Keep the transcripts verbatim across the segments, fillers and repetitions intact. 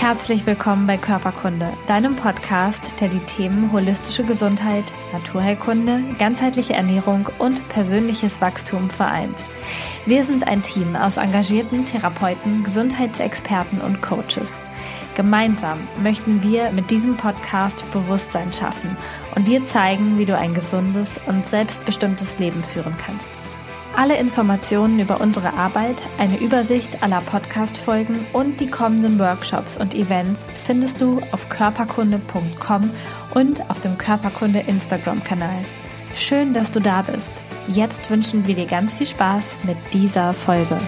Herzlich willkommen bei Körperkunde, deinem Podcast, der die Themen holistische Gesundheit, Naturheilkunde, ganzheitliche Ernährung und persönliches Wachstum vereint. Wir sind ein Team aus engagierten Therapeuten, Gesundheitsexperten und Coaches. Gemeinsam möchten wir mit diesem Podcast Bewusstsein schaffen und dir zeigen, wie du ein gesundes und selbstbestimmtes Leben führen kannst. Alle Informationen über unsere Arbeit, eine Übersicht aller Podcast-Folgen und die kommenden Workshops und Events findest du auf körperkunde punkt com und auf dem Körperkunde Instagram-Kanal. Schön, dass du da bist. Jetzt wünschen wir dir ganz viel Spaß mit dieser Folge.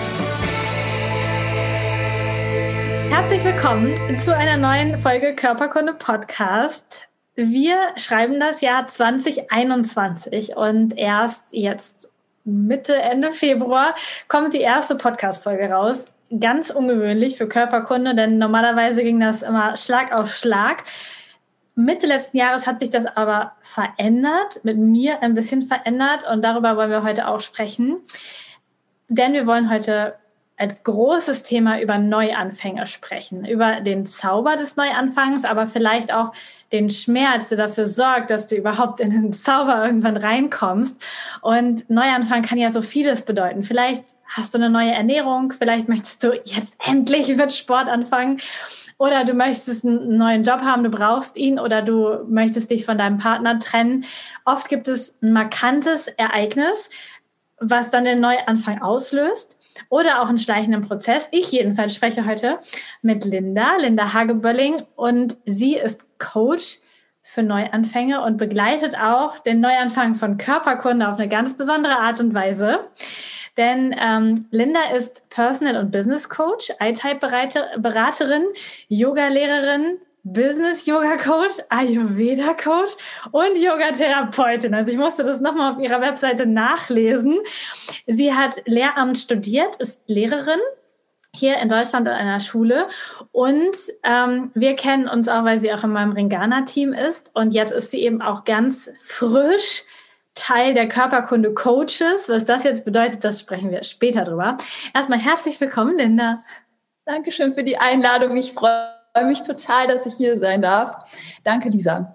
Herzlich willkommen zu einer neuen Folge Körperkunde Podcast. Wir schreiben das Jahr zwanzig einundzwanzig und erst jetzt Mitte, Ende Februar kommt die erste Podcast-Folge raus. Ganz ungewöhnlich für Körperkunde, denn normalerweise ging das immer Schlag auf Schlag. Mitte letzten Jahres hat sich das aber verändert, mit mir ein bisschen verändert und darüber wollen wir heute auch sprechen. Denn wir wollen heute als großes Thema über Neuanfänge sprechen, über den Zauber des Neuanfangs, aber vielleicht auch den Schmerz, der dafür sorgt, dass du überhaupt in den Zauber irgendwann reinkommst. Und Neuanfang kann ja so vieles bedeuten. Vielleicht hast du eine neue Ernährung, vielleicht möchtest du jetzt endlich mit Sport anfangen oder du möchtest einen neuen Job haben, du brauchst ihn oder du möchtest dich von deinem Partner trennen. Oft gibt es ein markantes Ereignis, was dann den Neuanfang auslöst. Oder auch einen schleichenden Prozess. Ich jedenfalls spreche heute mit Linda, Linda Hagebölling, und sie ist Coach für Neuanfänge und begleitet auch den Neuanfang von Körperkunde auf eine ganz besondere Art und Weise. Denn ähm, Linda ist Personal- und Business Coach, I-Type-Beraterin, Yoga-Lehrerin, Business-Yoga-Coach, Ayurveda-Coach und Yogatherapeutin. Also ich musste das nochmal auf ihrer Webseite nachlesen. Sie hat Lehramt studiert, ist Lehrerin hier in Deutschland an einer Schule und ähm, wir kennen uns auch, weil sie auch in meinem Ringana-Team ist und jetzt ist sie eben auch ganz frisch Teil der Körperkunde-Coaches. Was das jetzt bedeutet, das sprechen wir später drüber. Erstmal herzlich willkommen, Linda. Dankeschön für die Einladung. Ich freue Ich freue mich total, dass ich hier sein darf. Danke, Lisa.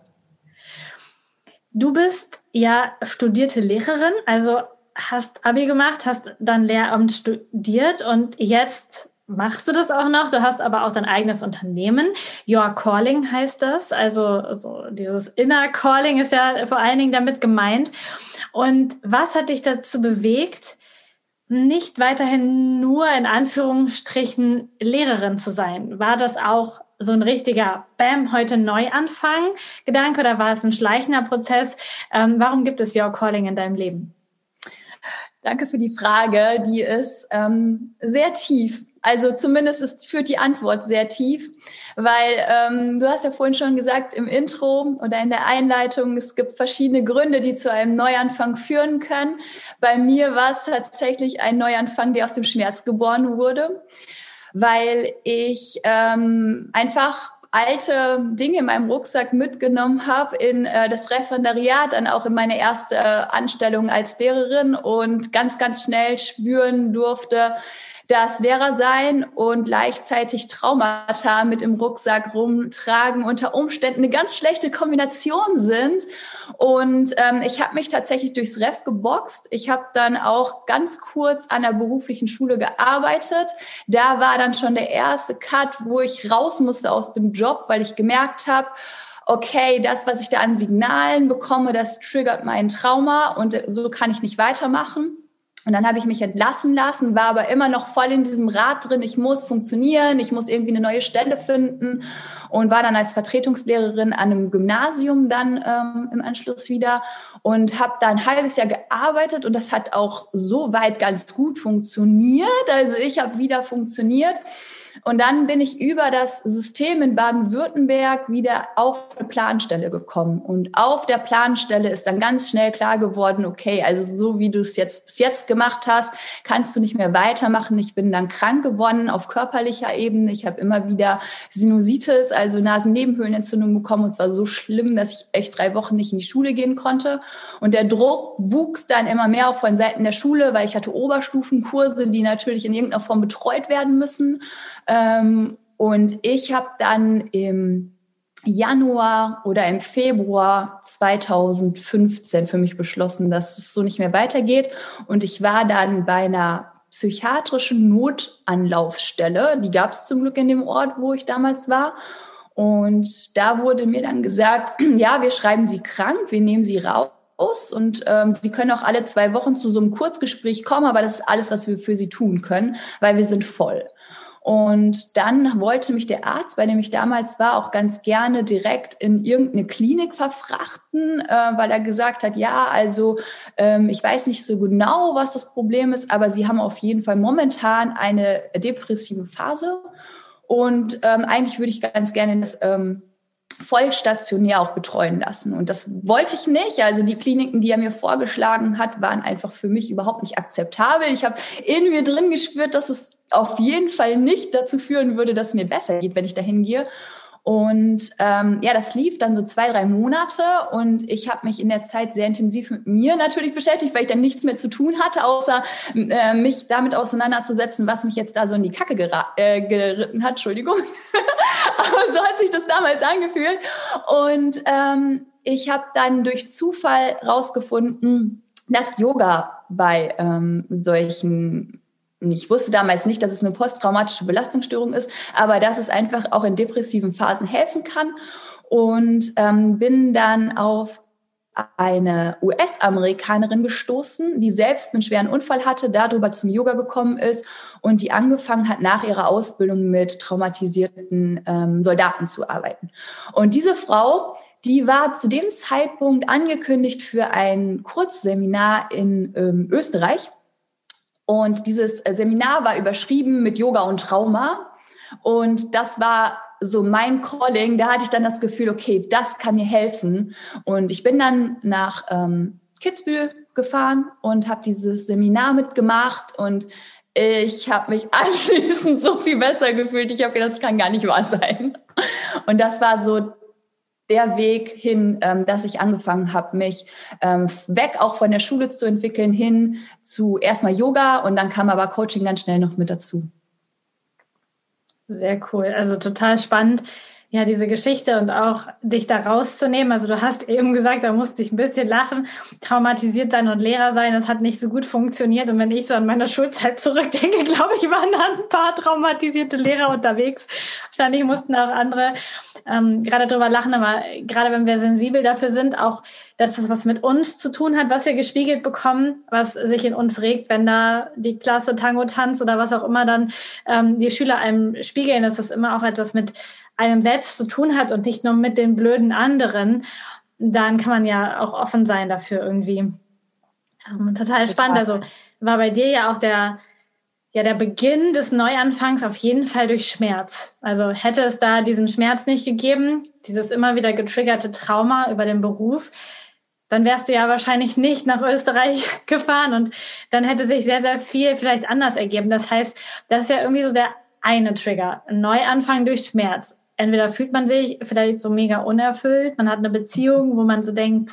Du bist ja studierte Lehrerin, also hast Abi gemacht, hast dann Lehramt studiert und jetzt machst du das auch noch. Du hast aber auch dein eigenes Unternehmen. Your Calling heißt das. Also so dieses Inner Calling ist ja vor allen Dingen damit gemeint. Und was hat dich dazu bewegt, nicht weiterhin nur in Anführungsstrichen Lehrerin zu sein? War das auch so ein richtiger Bam, heute Neuanfang Gedanke oder war es ein schleichender Prozess? Ähm, warum gibt es Your Calling in deinem Leben? Danke für die Frage. Die ist ähm, sehr tief. Also zumindest ist, führt die Antwort sehr tief, weil ähm, du hast ja vorhin schon gesagt im Intro oder in der Einleitung, es gibt verschiedene Gründe, die zu einem Neuanfang führen können. Bei mir war es tatsächlich ein Neuanfang, der aus dem Schmerz geboren wurde, weil ich ähm, einfach alte Dinge in meinem Rucksack mitgenommen habe in äh, das Referendariat, dann auch in meine erste äh, Anstellung als Lehrerin und ganz, ganz schnell spüren durfte, dass Lehrer sein und gleichzeitig Traumata mit im Rucksack rumtragen unter Umständen eine ganz schlechte Kombination sind. Und ähm, ich habe mich tatsächlich durchs Ref geboxt. Ich habe dann auch ganz kurz an der beruflichen Schule gearbeitet. Da war dann schon der erste Cut, wo ich raus musste aus dem Job, weil ich gemerkt habe, okay, das, was ich da an Signalen bekomme, das triggert mein Trauma und so kann ich nicht weitermachen. Und dann habe ich mich entlassen lassen, war aber immer noch voll in diesem Rad drin, ich muss funktionieren, ich muss irgendwie eine neue Stelle finden und war dann als Vertretungslehrerin an einem Gymnasium dann ähm, im Anschluss wieder und habe da ein halbes Jahr gearbeitet und das hat auch soweit ganz gut funktioniert. Also ich habe wieder funktioniert. Und dann bin ich über das System in Baden-Württemberg wieder auf eine Planstelle gekommen. Und auf der Planstelle ist dann ganz schnell klar geworden, okay, also so wie du es jetzt bis jetzt gemacht hast, kannst du nicht mehr weitermachen. Ich bin dann krank geworden auf körperlicher Ebene. Ich habe immer wieder Sinusitis, also Nasennebenhöhlenentzündung bekommen. Und es war so schlimm, dass ich echt drei Wochen nicht in die Schule gehen konnte. Und der Druck wuchs dann immer mehr auch von Seiten der Schule, weil ich hatte Oberstufenkurse, die natürlich in irgendeiner Form betreut werden müssen. Ähm, Und ich habe dann im Januar oder im Februar zweitausendfünfzehn für mich beschlossen, dass es so nicht mehr weitergeht. Und ich war dann bei einer psychiatrischen Notanlaufstelle. Die gab es zum Glück in dem Ort, wo ich damals war. Und da wurde mir dann gesagt, ja, wir schreiben Sie krank, wir nehmen Sie raus und ähm, Sie können auch alle zwei Wochen zu so einem Kurzgespräch kommen, aber das ist alles, was wir für Sie tun können, weil wir sind voll. Und dann wollte mich der Arzt, bei dem ich damals war, auch ganz gerne direkt in irgendeine Klinik verfrachten, äh, weil er gesagt hat, ja, also ähm, ich weiß nicht so genau, was das Problem ist, aber Sie haben auf jeden Fall momentan eine depressive Phase. Und ähm, eigentlich würde ich ganz gerne das ähm, vollstationär auch betreuen lassen. Und das wollte ich nicht. Also die Kliniken, die er mir vorgeschlagen hat, waren einfach für mich überhaupt nicht akzeptabel. Ich habe in mir drin gespürt, dass es auf jeden Fall nicht dazu führen würde, dass es mir besser geht, wenn ich dahin gehe. Und ähm, ja, das lief dann so zwei, drei Monate und ich habe mich in der Zeit sehr intensiv mit mir natürlich beschäftigt, weil ich dann nichts mehr zu tun hatte, außer äh, mich damit auseinanderzusetzen, was mich jetzt da so in die Kacke gera- äh, geritten hat, Entschuldigung. Aber so hat sich das damals angefühlt. Und ähm, ich habe dann durch Zufall rausgefunden, dass Yoga bei ähm, solchen Ich wusste damals nicht, dass es eine posttraumatische Belastungsstörung ist, aber dass es einfach auch in depressiven Phasen helfen kann. Und ähm, bin dann auf eine U S-Amerikanerin gestoßen, die selbst einen schweren Unfall hatte, darüber zum Yoga gekommen ist und die angefangen hat, nach ihrer Ausbildung mit traumatisierten ähm, Soldaten zu arbeiten. Und diese Frau, die war zu dem Zeitpunkt angekündigt für ein Kurzseminar in ähm, Österreich. Und dieses Seminar war überschrieben mit Yoga und Trauma. Und das war so mein Calling. Da hatte ich dann das Gefühl, okay, das kann mir helfen. Und ich bin dann nach ähm, Kitzbühel gefahren und habe dieses Seminar mitgemacht. Und ich habe mich anschließend so viel besser gefühlt. Ich habe gedacht, das kann gar nicht wahr sein. Und das war so der Weg hin, ähm, dass ich angefangen habe, mich ähm, weg auch von der Schule zu entwickeln, hin zu erstmal Yoga und dann kam aber Coaching ganz schnell noch mit dazu. Sehr cool, also total spannend, ja, diese Geschichte und auch dich da rauszunehmen. Also du hast eben gesagt, da musste ich ein bisschen lachen, traumatisiert sein und Lehrer sein, das hat nicht so gut funktioniert. Und wenn ich so an meine Schulzeit zurückdenke, glaube ich, waren da ein paar traumatisierte Lehrer unterwegs. Wahrscheinlich mussten auch andere ähm, gerade drüber lachen, aber gerade wenn wir sensibel dafür sind, auch, dass das was mit uns zu tun hat, was wir gespiegelt bekommen, was sich in uns regt, wenn da die Klasse Tango tanzt oder was auch immer dann ähm, die Schüler einem spiegeln, dass das immer auch etwas mit einem selbst zu tun hat und nicht nur mit den blöden anderen, dann kann man ja auch offen sein dafür irgendwie. Ähm, total spannend. Also war bei dir ja auch der, ja, der Beginn des Neuanfangs auf jeden Fall durch Schmerz. Also hätte es da diesen Schmerz nicht gegeben, dieses immer wieder getriggerte Trauma über den Beruf, dann wärst du ja wahrscheinlich nicht nach Österreich gefahren und dann hätte sich sehr, sehr viel vielleicht anders ergeben. Das heißt, das ist ja irgendwie so der eine Trigger, ein Neuanfang durch Schmerz. Entweder fühlt man sich vielleicht so mega unerfüllt, man hat eine Beziehung, wo man so denkt,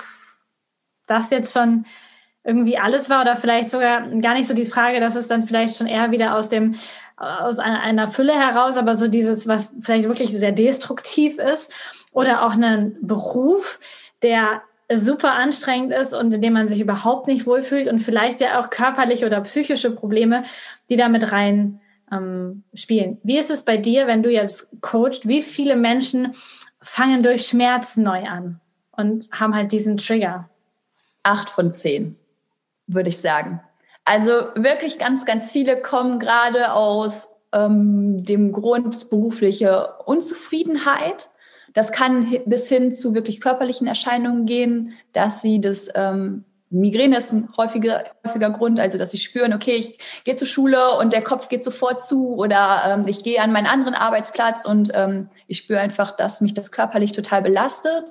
das jetzt schon irgendwie alles war oder vielleicht sogar gar nicht so die Frage, dass es dann vielleicht schon eher wieder aus dem aus einer, einer Fülle heraus, aber so dieses, was vielleicht wirklich sehr destruktiv ist oder auch einen Beruf, der super anstrengend ist und in dem man sich überhaupt nicht wohlfühlt und vielleicht ja auch körperliche oder psychische Probleme, die da mit rein ähm, spielen. Wie ist es bei dir, wenn du jetzt coachst? Wie viele Menschen fangen durch Schmerz neu an und haben halt diesen Trigger? Acht von zehn, würde ich sagen. Also wirklich ganz, ganz viele kommen gerade aus ähm, dem Grund berufliche Unzufriedenheit. Das kann bis hin zu wirklich körperlichen Erscheinungen gehen, dass sie das ähm, Migräne ist ein häufiger, häufiger Grund, also dass sie spüren, okay, ich gehe zur Schule und der Kopf geht sofort zu oder ähm, ich gehe an meinen anderen Arbeitsplatz und ähm, ich spüre einfach, dass mich das körperlich total belastet.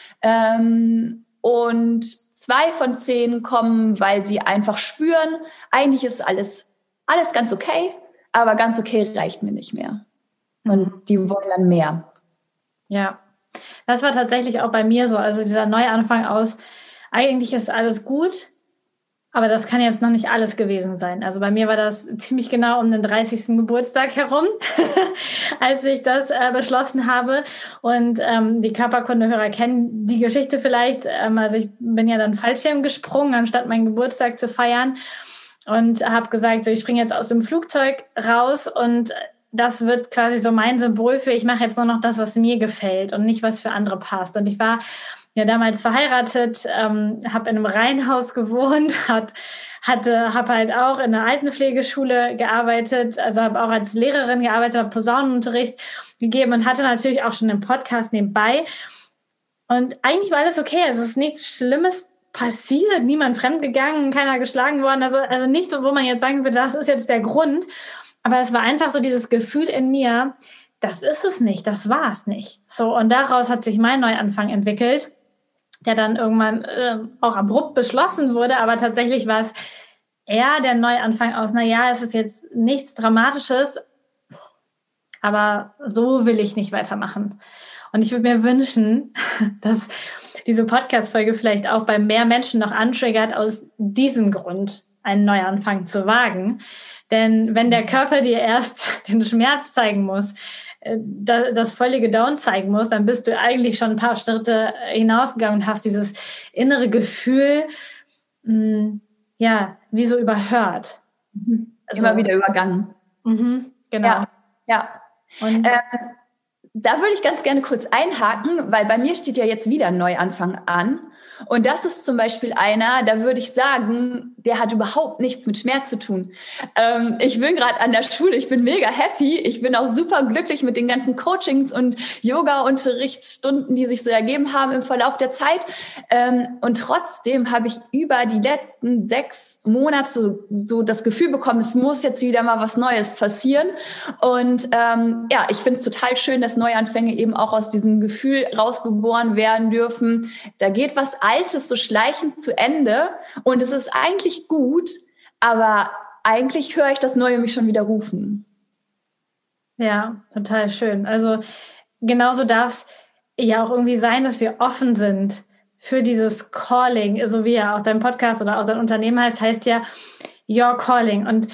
Ähm, und zwei von zehn kommen, weil sie einfach spüren, eigentlich ist alles, alles ganz okay, aber ganz okay reicht mir nicht mehr. Und die wollen dann mehr. Ja, das war tatsächlich auch bei mir so. Also dieser Neuanfang aus, eigentlich ist alles gut, Aber das kann jetzt noch nicht alles gewesen sein. Also bei mir war das ziemlich genau um den dreißigsten Geburtstag herum, als ich das äh, beschlossen habe. Und ähm, die Körperkundehörer kennen die Geschichte vielleicht. Ähm, also ich bin ja dann Fallschirm gesprungen, anstatt meinen Geburtstag zu feiern. Und habe gesagt, so ich springe jetzt aus dem Flugzeug raus und das wird quasi so mein Symbol für, ich mache jetzt nur noch das, was mir gefällt und nicht, was für andere passt. Und ich war ja damals verheiratet, ähm, habe in einem Reihenhaus gewohnt, hat, hatte, habe halt auch in einer Altenpflegeschule gearbeitet, also habe auch als Lehrerin gearbeitet, habe Posaunenunterricht gegeben und hatte natürlich auch schon einen Podcast nebenbei. Und eigentlich war alles okay, also es ist nichts Schlimmes passiert, niemand fremdgegangen, keiner geschlagen worden, also, also nichts, wo man jetzt sagen würde, das ist jetzt der Grund. Aber es war einfach so dieses Gefühl in mir, das ist es nicht, das war es nicht. So, und daraus hat sich mein Neuanfang entwickelt, der dann irgendwann äh, auch abrupt beschlossen wurde, aber tatsächlich war es eher der Neuanfang aus, na ja, es ist jetzt nichts Dramatisches, aber so will ich nicht weitermachen. Und ich würde mir wünschen, dass diese Podcast-Folge vielleicht auch bei mehr Menschen noch antriggert, aus diesem Grund einen Neuanfang zu wagen. Denn wenn der Körper dir erst den Schmerz zeigen muss, das völlige Down zeigen muss, dann bist du eigentlich schon ein paar Schritte hinausgegangen und hast dieses innere Gefühl, mh, ja, wie so überhört. Mhm. Also, immer wieder übergangen. Mhm, genau. Ja, ja. Und ähm, da würde ich ganz gerne kurz einhaken, weil bei mir steht ja jetzt wieder ein Neuanfang an. Und das ist zum Beispiel einer, da würde ich sagen, der hat überhaupt nichts mit Schmerz zu tun. Ähm, ich bin gerade an der Schule, ich bin mega happy. Ich bin auch super glücklich mit den ganzen Coachings und Yoga-Unterrichtsstunden, die sich so ergeben haben im Verlauf der Zeit. Ähm, und trotzdem habe ich über die letzten sechs Monate so, so das Gefühl bekommen, es muss jetzt wieder mal was Neues passieren. Und ähm, ja, ich finde es total schön, dass Neuanfänge eben auch aus diesem Gefühl rausgeboren werden dürfen. Da geht was Altes so schleichend zu Ende und es ist eigentlich gut, aber eigentlich höre ich das Neue mich schon wieder rufen. Ja, total schön. Also genauso darf es ja auch irgendwie sein, dass wir offen sind für dieses Calling, so wie ja auch dein Podcast oder auch dein Unternehmen heißt, heißt ja Your Calling. Und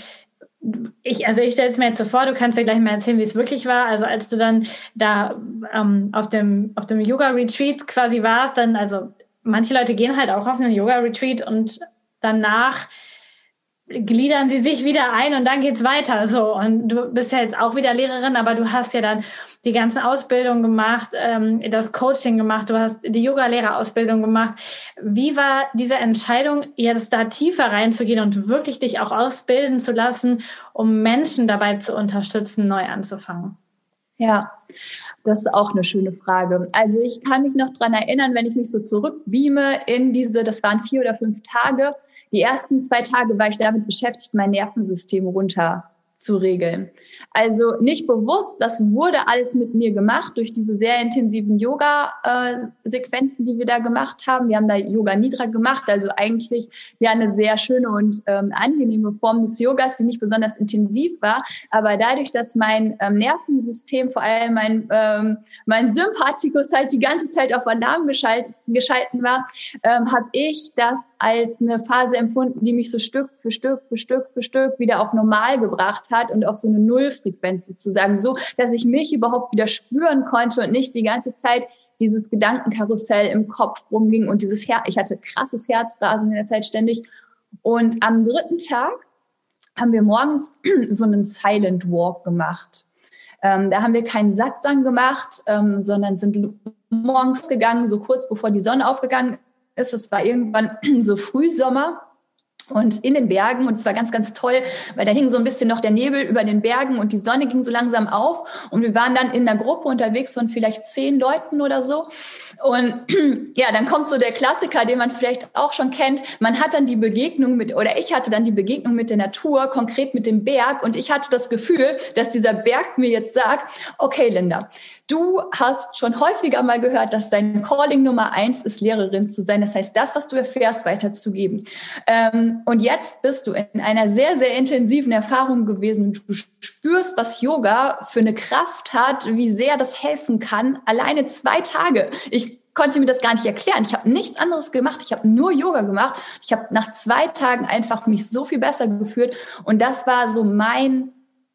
ich, also ich stelle es mir jetzt so vor, du kannst dir gleich mal erzählen, wie es wirklich war. Also als du dann da ähm, auf dem auf dem Yoga-Retreat quasi warst, dann, also manche Leute gehen halt auch auf einen Yoga-Retreat und danach gliedern sie sich wieder ein und dann geht's weiter. So, und du bist ja jetzt auch wieder Lehrerin, aber du hast ja dann die ganzen Ausbildungen gemacht, ähm, das Coaching gemacht, du hast die Yoga-Lehrerausbildung gemacht. Wie war diese Entscheidung, jetzt da tiefer reinzugehen und wirklich dich auch ausbilden zu lassen, um Menschen dabei zu unterstützen, neu anzufangen? Ja, das ist auch eine schöne Frage. Also ich kann mich noch dran erinnern, wenn ich mich so zurückbeame in diese, das waren vier oder fünf Tage. Die ersten zwei Tage war ich damit beschäftigt, mein Nervensystem runter zu regeln. Also nicht bewusst, das wurde alles mit mir gemacht durch diese sehr intensiven Yoga-Sequenzen, die wir da gemacht haben. Wir haben da Yoga Nidra gemacht, also eigentlich ja eine sehr schöne und ähm, angenehme Form des Yogas, die nicht besonders intensiv war. Aber dadurch, dass mein ähm, Nervensystem, vor allem mein, ähm, mein Sympathikus halt die ganze Zeit auf Alarm geschalten, geschalten war, ähm, habe ich das als eine Phase empfunden, die mich so Stück für Stück für Stück für Stück wieder auf normal gebracht hat und auf so eine Nullfrequenz sozusagen, so, dass ich mich überhaupt wieder spüren konnte und nicht die ganze Zeit dieses Gedankenkarussell im Kopf rumging und dieses Her- ich hatte krasses Herzrasen in der Zeit ständig. Und am dritten Tag haben wir morgens so einen Silent Walk gemacht. Ähm, da haben wir keinen Satsang gemacht, ähm, sondern sind morgens gegangen, so kurz bevor die Sonne aufgegangen ist. Es war irgendwann so Frühsommer. Und in den Bergen, und es war ganz, ganz toll, weil da hing so ein bisschen noch der Nebel über den Bergen und die Sonne ging so langsam auf und wir waren dann in einer Gruppe unterwegs von vielleicht zehn Leuten oder so. Und ja, dann kommt so der Klassiker, den man vielleicht auch schon kennt. Man hat dann die Begegnung mit, oder ich hatte dann die Begegnung mit der Natur, konkret mit dem Berg, und ich hatte das Gefühl, dass dieser Berg mir jetzt sagt, okay, Linda, du hast schon häufiger mal gehört, dass dein Calling Nummer eins ist, Lehrerin zu sein. Das heißt, das, was du erfährst, weiterzugeben. Ähm, und jetzt bist du in einer sehr, sehr intensiven Erfahrung gewesen. Du spürst, was Yoga für eine Kraft hat, wie sehr das helfen kann. Alleine zwei Tage. Ich konnte mir das gar nicht erklären. Ich habe nichts anderes gemacht. Ich habe nur Yoga gemacht. Ich habe nach zwei Tagen einfach mich so viel besser gefühlt. Und das war so mein,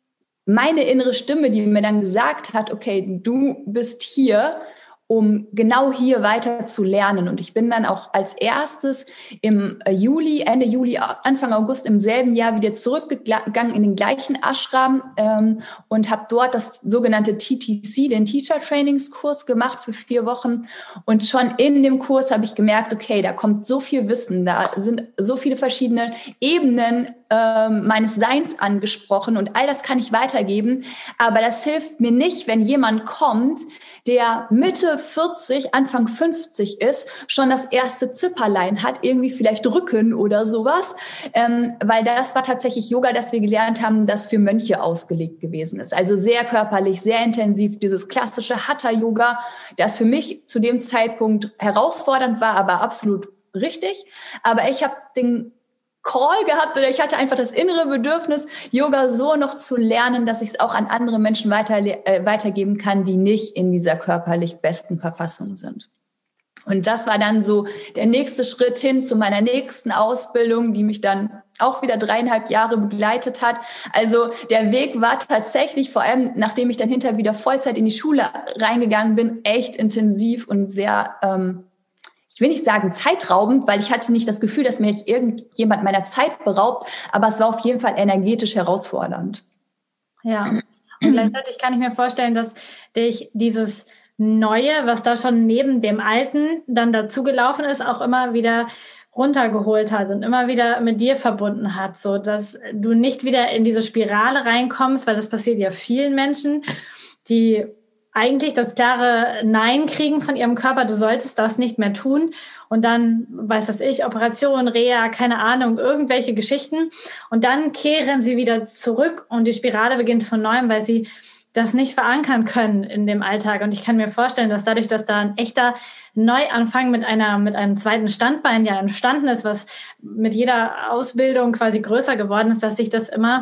meine innere Stimme, die mir dann gesagt hat, okay, du bist hier, um genau hier weiter zu lernen. Und ich bin dann auch als erstes im Juli, Ende Juli, Anfang August im selben Jahr wieder zurückgegangen in den gleichen Ashram ähm, und habe dort das sogenannte T T C, den Teacher Trainings Kurs gemacht für vier Wochen. Und schon in dem Kurs habe ich gemerkt, okay, da kommt so viel Wissen, da sind so viele verschiedene Ebenen ähm, meines Seins angesprochen und all das kann ich weitergeben. Aber das hilft mir nicht, wenn jemand kommt, der Mitte vierzig, Anfang fünfzig ist, schon das erste Zipperlein hat, irgendwie vielleicht Rücken oder sowas, ähm, weil das war tatsächlich Yoga, das wir gelernt haben, das für Mönche ausgelegt gewesen ist. Also sehr körperlich, sehr intensiv, dieses klassische Hatha-Yoga, das für mich zu dem Zeitpunkt herausfordernd war, aber absolut richtig. Aber ich habe den Call gehabt oder ich hatte einfach das innere Bedürfnis, Yoga so noch zu lernen, dass ich es auch an andere Menschen weiter, äh, weitergeben kann, die nicht in dieser körperlich besten Verfassung sind. Und das war dann so der nächste Schritt hin zu meiner nächsten Ausbildung, die mich dann auch wieder dreieinhalb Jahre begleitet hat. Also der Weg war tatsächlich, vor allem nachdem ich dann hinterher wieder Vollzeit in die Schule reingegangen bin, echt intensiv und sehr ähm, ich will nicht sagen zeitraubend, weil ich hatte nicht das Gefühl, dass mir irgendjemand meiner Zeit beraubt, aber es war auf jeden Fall energetisch herausfordernd. Ja, und gleichzeitig kann ich mir vorstellen, dass dich dieses Neue, was da schon neben dem Alten dann dazugelaufen ist, auch immer wieder runtergeholt hat und immer wieder mit dir verbunden hat, so dass du nicht wieder in diese Spirale reinkommst, weil das passiert ja vielen Menschen, die eigentlich das klare Nein kriegen von ihrem Körper, du solltest das nicht mehr tun und dann, weiß was ich, Operation, Reha, keine Ahnung, irgendwelche Geschichten und dann kehren sie wieder zurück und die Spirale beginnt von neuem, weil sie das nicht verankern können in dem Alltag und ich kann mir vorstellen, dass dadurch, dass da ein echter Neuanfang mit einer mit einem zweiten Standbein ja entstanden ist, was mit jeder Ausbildung quasi größer geworden ist, dass sich das immer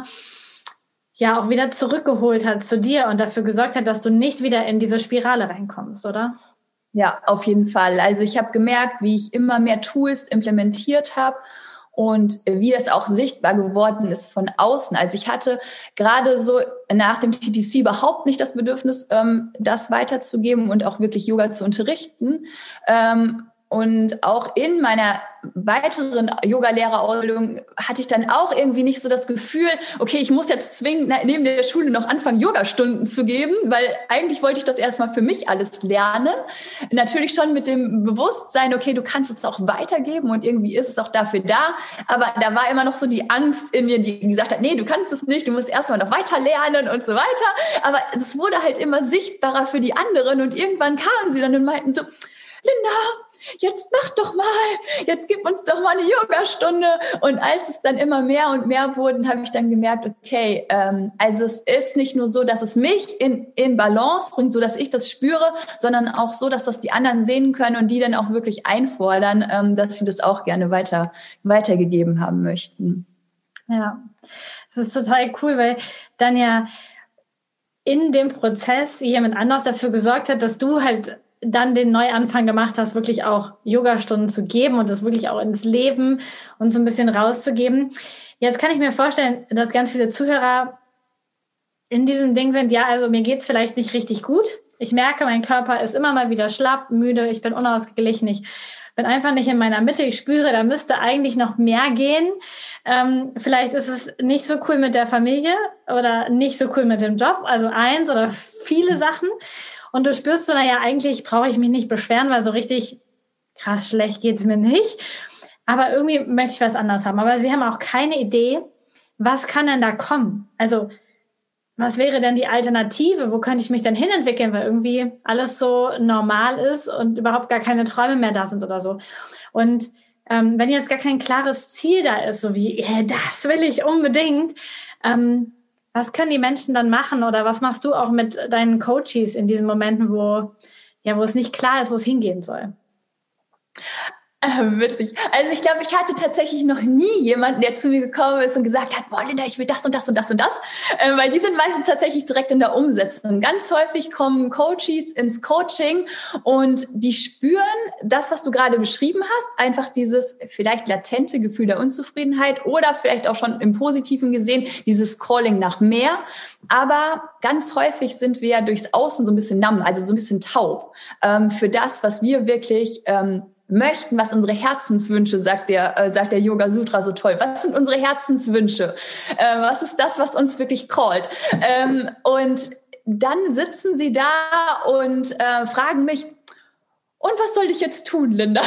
ja auch wieder zurückgeholt hat zu dir und dafür gesorgt hat, dass du nicht wieder in diese Spirale reinkommst, oder? Ja, auf jeden Fall. Also ich habe gemerkt, wie ich immer mehr Tools implementiert habe und wie das auch sichtbar geworden ist von außen. Also ich hatte gerade so nach dem T T C überhaupt nicht das Bedürfnis, das weiterzugeben und auch wirklich Yoga zu unterrichten. Und auch in meiner weiteren Yoga-Lehrerausbildung hatte ich dann auch irgendwie nicht so das Gefühl, okay, ich muss jetzt zwingend neben der Schule noch anfangen, Yogastunden zu geben, weil eigentlich wollte ich das erstmal für mich alles lernen. Natürlich schon mit dem Bewusstsein, okay, du kannst es auch weitergeben und irgendwie ist es auch dafür da. Aber da war immer noch so die Angst in mir, die gesagt hat, nee, du kannst es nicht, du musst erstmal noch weiter lernen und so weiter. Aber es wurde halt immer sichtbarer für die anderen und irgendwann kamen sie dann und meinten so, Linda, jetzt mach doch mal, jetzt gib uns doch mal eine Yogastunde. Und als es dann immer mehr und mehr wurden, habe ich dann gemerkt, okay, ähm, also es ist nicht nur so, dass es mich in, in Balance bringt, so dass ich das spüre, sondern auch so, dass das die anderen sehen können und die dann auch wirklich einfordern, ähm, dass sie das auch gerne weiter, weitergegeben haben möchten. Ja, das ist total cool, weil dann ja in dem Prozess jemand anders dafür gesorgt hat, dass du halt dann den Neuanfang gemacht hast, wirklich auch Yogastunden zu geben und das wirklich auch ins Leben und so ein bisschen rauszugeben. Jetzt kann ich mir vorstellen, dass ganz viele Zuhörer in diesem Ding sind, ja, also mir geht's vielleicht nicht richtig gut. Ich merke, mein Körper ist immer mal wieder schlapp, müde, ich bin unausgeglichen, ich bin einfach nicht in meiner Mitte. Ich spüre, da müsste eigentlich noch mehr gehen. Ähm, vielleicht ist es nicht so cool mit der Familie oder nicht so cool mit dem Job, also eins oder viele Sachen. Und du spürst so, naja, eigentlich brauche ich mich nicht beschweren, weil so richtig krass schlecht geht's mir nicht. Aber irgendwie möchte ich was anderes haben. Aber sie haben auch keine Idee, was kann denn da kommen? Also was wäre denn die Alternative? Wo könnte ich mich denn hinentwickeln? Weil irgendwie alles so normal ist und überhaupt gar keine Träume mehr da sind oder so. Und ähm, wenn jetzt gar kein klares Ziel da ist, so wie, yeah, das will ich unbedingt, ähm, was können die Menschen dann machen oder was machst du auch mit deinen Coaches in diesen Momenten, wo, ja, wo es nicht klar ist, wo es hingehen soll? Ähm, witzig. Also ich glaube, ich hatte tatsächlich noch nie jemanden, der zu mir gekommen ist und gesagt hat, boah, Linda, ich will das und das und das und das. Ähm, weil die sind meistens tatsächlich direkt in der Umsetzung. Ganz häufig kommen Coaches ins Coaching und die spüren das, was du gerade beschrieben hast, einfach dieses vielleicht latente Gefühl der Unzufriedenheit oder vielleicht auch schon im Positiven gesehen, dieses Calling nach mehr. Aber ganz häufig sind wir ja durchs Außen so ein bisschen null, also so ein bisschen taub ähm, für das, was wir wirklich ähm, möchten, was unsere Herzenswünsche, sagt der, äh, sagt der Yoga Sutra so toll. Was sind unsere Herzenswünsche? Äh, was ist das, was uns wirklich callt? Ähm, und dann sitzen sie da und äh, fragen mich, und was soll ich jetzt tun, Linda?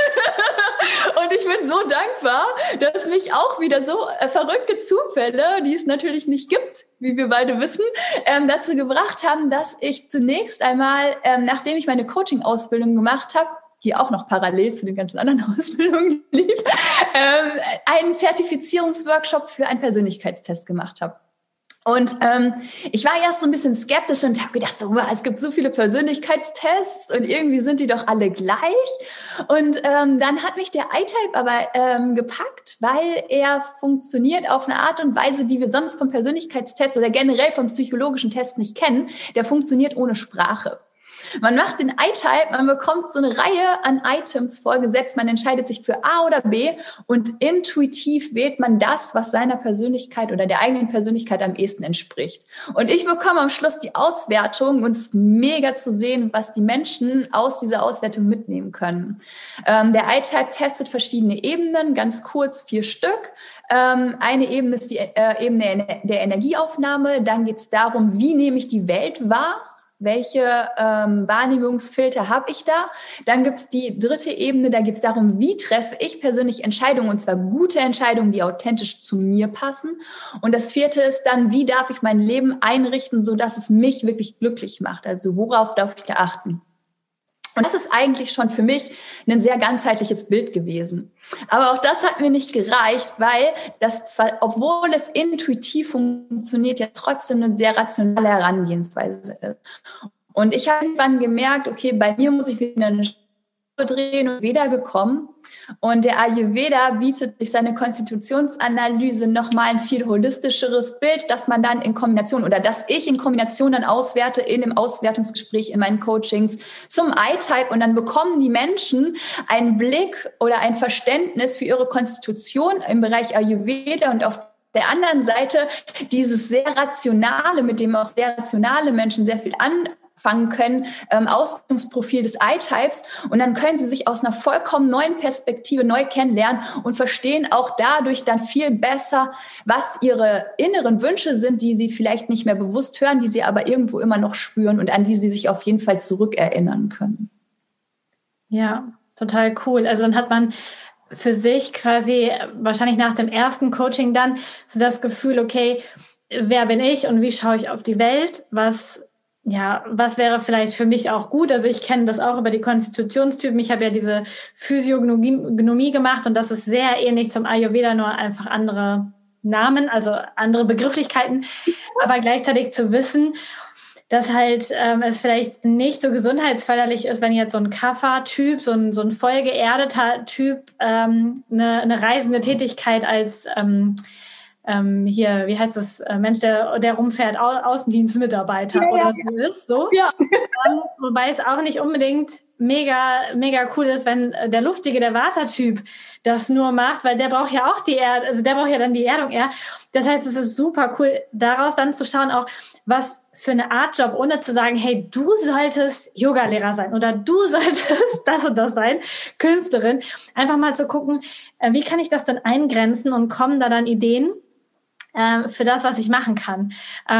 Und ich bin so dankbar, dass mich auch wieder so äh, verrückte Zufälle, die es natürlich nicht gibt, wie wir beide wissen, ähm, dazu gebracht haben, dass ich zunächst einmal, ähm, nachdem ich meine Coaching-Ausbildung gemacht habe, die auch noch parallel zu den ganzen anderen Ausbildungen lief, ähm, einen Zertifizierungsworkshop für einen Persönlichkeitstest gemacht habe. Und ähm, ich war erst so ein bisschen skeptisch und habe gedacht, so, es gibt so viele Persönlichkeitstests und irgendwie sind die doch alle gleich. Und ähm, dann hat mich der I-Type aber ähm, gepackt, weil er funktioniert auf eine Art und Weise, die wir sonst vom Persönlichkeitstest oder generell vom psychologischen Test nicht kennen. Der funktioniert ohne Sprache. Man macht den I-Type, man bekommt so eine Reihe an Items vorgesetzt, man entscheidet sich für A oder B und intuitiv wählt man das, was seiner Persönlichkeit oder der eigenen Persönlichkeit am ehesten entspricht. Und ich bekomme am Schluss die Auswertung und es ist mega zu sehen, was die Menschen aus dieser Auswertung mitnehmen können. Ähm, der I-Type testet verschiedene Ebenen, ganz kurz vier Stück. Ähm, eine Ebene ist die äh, Ebene der Energieaufnahme, dann geht es darum, wie nehme ich die Welt wahr? Welche ähm, Wahrnehmungsfilter habe ich da? Dann gibt's die dritte Ebene, da geht es darum, wie treffe ich persönlich Entscheidungen, und zwar gute Entscheidungen, die authentisch zu mir passen. Und das vierte ist dann, wie darf ich mein Leben einrichten, sodass es mich wirklich glücklich macht? Also worauf darf ich da achten? Und das ist eigentlich schon für mich ein sehr ganzheitliches Bild gewesen. Aber auch das hat mir nicht gereicht, weil das zwar, obwohl es intuitiv funktioniert, ja trotzdem eine sehr rationale Herangehensweise ist. Und ich habe irgendwann gemerkt, okay, bei mir muss ich wieder eine drehen und Veda gekommen. Und der Ayurveda bietet durch seine Konstitutionsanalyse nochmal ein viel holistischeres Bild, dass man dann in Kombination oder dass ich in Kombination dann auswerte in dem Auswertungsgespräch in meinen Coachings zum I-Type und dann bekommen die Menschen einen Blick oder ein Verständnis für ihre Konstitution im Bereich Ayurveda und auf der anderen Seite dieses sehr rationale, mit dem auch sehr rationale Menschen sehr viel an fangen können, ähm, Ausbildungsprofil des I-Types und dann können sie sich aus einer vollkommen neuen Perspektive neu kennenlernen und verstehen auch dadurch dann viel besser, was ihre inneren Wünsche sind, die sie vielleicht nicht mehr bewusst hören, die sie aber irgendwo immer noch spüren und an die sie sich auf jeden Fall zurückerinnern können. Ja, total cool. Also dann hat man für sich quasi wahrscheinlich nach dem ersten Coaching dann so das Gefühl, okay, wer bin ich und wie schaue ich auf die Welt? Was Ja, was wäre vielleicht für mich auch gut? Also ich kenne das auch über die Konstitutionstypen. Ich habe ja diese Physiognomie gemacht und das ist sehr ähnlich zum Ayurveda, nur einfach andere Namen, also andere Begrifflichkeiten. Aber gleichzeitig zu wissen, dass halt ähm, es vielleicht nicht so gesundheitsförderlich ist, wenn jetzt so ein Kapha-Typ, so ein, so ein voll geerdeter Typ ähm, eine, eine reisende Tätigkeit als ähm, Ähm, hier, wie heißt das, äh, Mensch, der, der rumfährt, Au- Außendienstmitarbeiter Ja, oder ja, so ist, so. ja. Ähm, wobei es auch nicht unbedingt mega, mega cool ist, wenn äh, der luftige, der Vata-Typ das nur macht, weil der braucht ja auch die Erdung, also der braucht ja dann die Erdung eher. Das heißt, es ist super cool, daraus dann zu schauen, auch was für eine Art Job, ohne zu sagen, hey, du solltest Yogalehrer sein oder du solltest das und das sein, Künstlerin. Einfach mal zu gucken, äh, wie kann ich das denn eingrenzen und kommen da dann Ideen für das, was ich machen kann.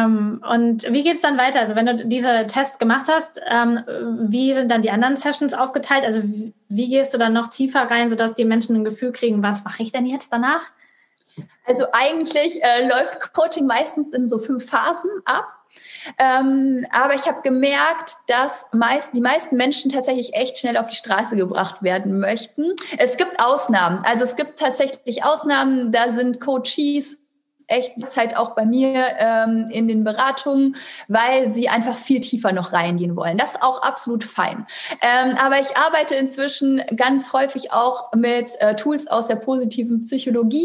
Und wie geht's dann weiter? Also wenn du diese Tests gemacht hast, wie sind dann die anderen Sessions aufgeteilt? Also wie gehst du dann noch tiefer rein, sodass die Menschen ein Gefühl kriegen, was mache ich denn jetzt danach? Also eigentlich äh, läuft Coaching meistens in so fünf Phasen ab. Ähm, aber ich habe gemerkt, dass meist, die meisten Menschen tatsächlich echt schnell auf die Straße gebracht werden möchten. Es gibt Ausnahmen. Also es gibt tatsächlich Ausnahmen, da sind Coaches echt Zeit auch bei mir ähm, in den Beratungen, weil sie einfach viel tiefer noch reingehen wollen. Das ist auch absolut fein. Ähm, aber ich arbeite inzwischen ganz häufig auch mit äh, Tools aus der positiven Psychologie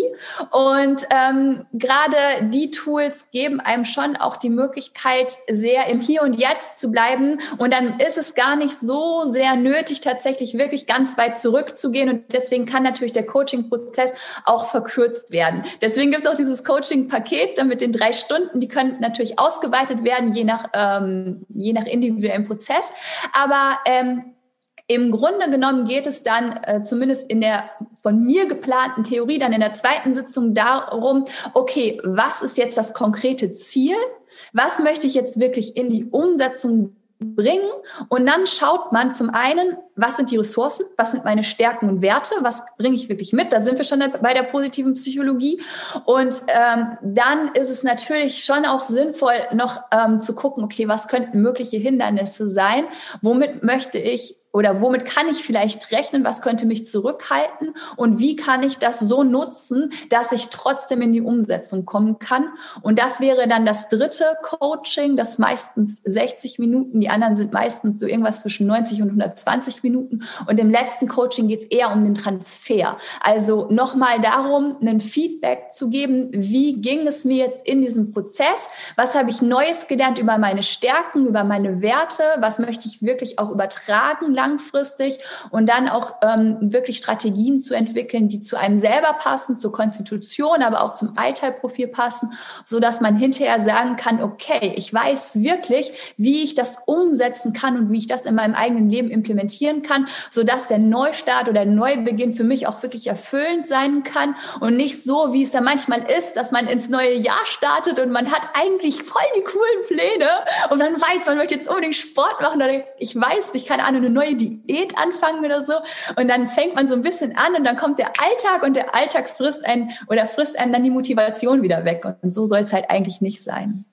und ähm, gerade die Tools geben einem schon auch die Möglichkeit, sehr im Hier und Jetzt zu bleiben und dann ist es gar nicht so sehr nötig, tatsächlich wirklich ganz weit zurückzugehen und deswegen kann natürlich der Coaching-Prozess auch verkürzt werden. Deswegen gibt es auch dieses Coaching-Paket dann mit den drei Stunden, die können natürlich ausgeweitet werden, je nach, ähm, je nach individuellem Prozess, aber ähm, im Grunde genommen geht es dann äh, zumindest in der von mir geplanten Theorie dann in der zweiten Sitzung darum, okay, was ist jetzt das konkrete Ziel? Was möchte ich jetzt wirklich in die Umsetzung bringen? Und dann schaut man zum einen, was sind die Ressourcen? Was sind meine Stärken und Werte? Was bringe ich wirklich mit? Da sind wir schon bei der positiven Psychologie. Und ähm, dann ist es natürlich schon auch sinnvoll, noch ähm, zu gucken, okay, was könnten mögliche Hindernisse sein? Womit möchte ich oder womit kann ich vielleicht rechnen? Was könnte mich zurückhalten? Und wie kann ich das so nutzen, dass ich trotzdem in die Umsetzung kommen kann? Und das wäre dann das dritte Coaching, das meistens sechzig Minuten. Die anderen sind meistens so irgendwas zwischen neunzig und hundertzwanzig Minuten. Und im letzten Coaching geht es eher um den Transfer. Also nochmal darum, ein Feedback zu geben. Wie ging es mir jetzt in diesem Prozess? Was habe ich Neues gelernt über meine Stärken, über meine Werte? Was möchte ich wirklich auch übertragen langfristig und dann auch ähm, wirklich Strategien zu entwickeln, die zu einem selber passen, zur Konstitution, aber auch zum Alltagsprofil passen, so dass man hinterher sagen kann, okay, ich weiß wirklich, wie ich das umsetzen kann und wie ich das in meinem eigenen Leben implementieren kann, so dass der Neustart oder Neubeginn für mich auch wirklich erfüllend sein kann und nicht so, wie es ja manchmal ist, dass man ins neue Jahr startet und man hat eigentlich voll die coolen Pläne und man weiß, man möchte jetzt unbedingt Sport machen oder ich weiß nicht, keine Ahnung, eine neue Diät anfangen oder so und dann fängt man so ein bisschen an und dann kommt der Alltag und der Alltag frisst einen oder frisst einen dann die Motivation wieder weg und so soll es halt eigentlich nicht sein.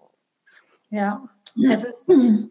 Ja, es ist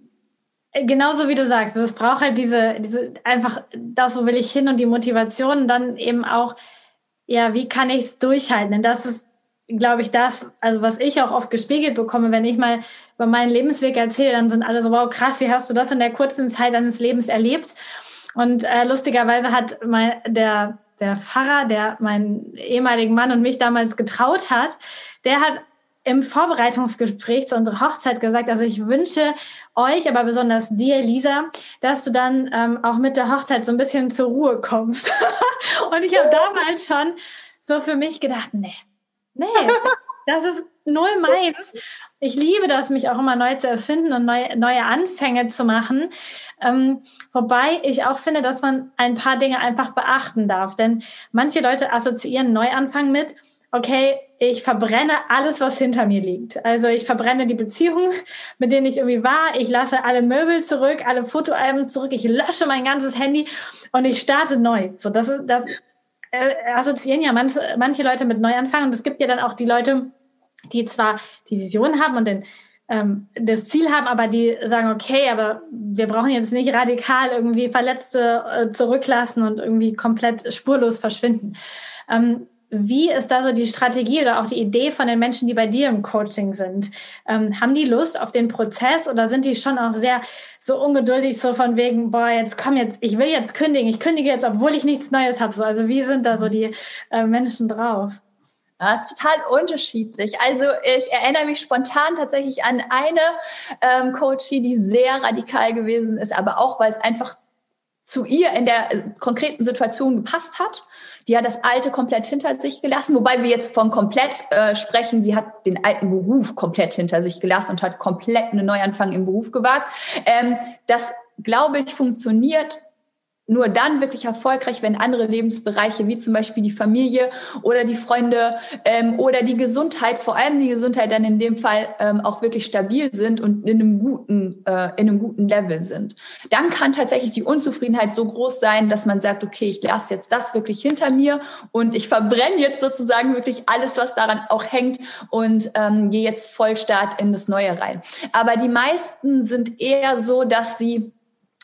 genauso wie du sagst, es braucht halt diese, diese einfach das, wo will ich hin und die Motivation und dann eben auch, ja, wie kann ich es durchhalten, denn das ist, glaube ich, das, also was ich auch oft gespiegelt bekomme, wenn ich mal über meinen Lebensweg erzähle, dann sind alle so, wow, krass, wie hast du das in der kurzen Zeit deines Lebens erlebt? Und äh, lustigerweise hat mein, der, der Pfarrer, der meinen ehemaligen Mann und mich damals getraut hat, der hat im Vorbereitungsgespräch zu unserer Hochzeit gesagt, also ich wünsche euch, aber besonders dir, Lisa, dass du dann ähm, auch mit der Hochzeit so ein bisschen zur Ruhe kommst. Und ich habe damals schon so für mich gedacht, nee, Nee, das ist null meins. Ich liebe das, mich auch immer neu zu erfinden und neue, neue Anfänge zu machen. Ähm, wobei ich auch finde, dass man ein paar Dinge einfach beachten darf. Denn manche Leute assoziieren Neuanfang mit, okay, ich verbrenne alles, was hinter mir liegt. Also ich verbrenne die Beziehungen, mit denen ich irgendwie war. Ich lasse alle Möbel zurück, alle Fotoalben zurück. Ich lösche mein ganzes Handy und ich starte neu. So, das ist das. assoziieren ja manche, manche Leute mit Neuanfang und es gibt ja dann auch die Leute, die zwar die Vision haben und den, ähm, das Ziel haben, aber die sagen, okay, aber wir brauchen jetzt nicht radikal irgendwie Verletzte äh, zurücklassen und irgendwie komplett spurlos verschwinden. Ähm, Wie ist da so die Strategie oder auch die Idee von den Menschen, die bei dir im Coaching sind? Ähm, haben die Lust auf den Prozess oder sind die schon auch sehr so ungeduldig, so von wegen, boah, jetzt komm jetzt, ich will jetzt kündigen, ich kündige jetzt, obwohl ich nichts Neues habe. So, also wie sind da so die äh, Menschen drauf? Das ist total unterschiedlich. Also ich erinnere mich spontan tatsächlich an eine ähm, Coachie, die sehr radikal gewesen ist, aber auch, weil es einfach zu ihr in der äh, konkreten Situation gepasst hat. Die hat das Alte komplett hinter sich gelassen, wobei wir jetzt von komplett äh, sprechen. Sie hat den alten Beruf komplett hinter sich gelassen und hat komplett einen Neuanfang im Beruf gewagt. Ähm, das, glaube ich, funktioniert nur dann wirklich erfolgreich, wenn andere Lebensbereiche wie zum Beispiel die Familie oder die Freunde ähm, oder die Gesundheit, vor allem die Gesundheit dann in dem Fall ähm, auch wirklich stabil sind und in einem guten, äh, in einem guten Level sind. Dann kann tatsächlich die Unzufriedenheit so groß sein, dass man sagt, okay, ich lasse jetzt das wirklich hinter mir und ich verbrenne jetzt sozusagen wirklich alles, was daran auch hängt und ähm, gehe jetzt Vollstart in das Neue rein. Aber die meisten sind eher so, dass sie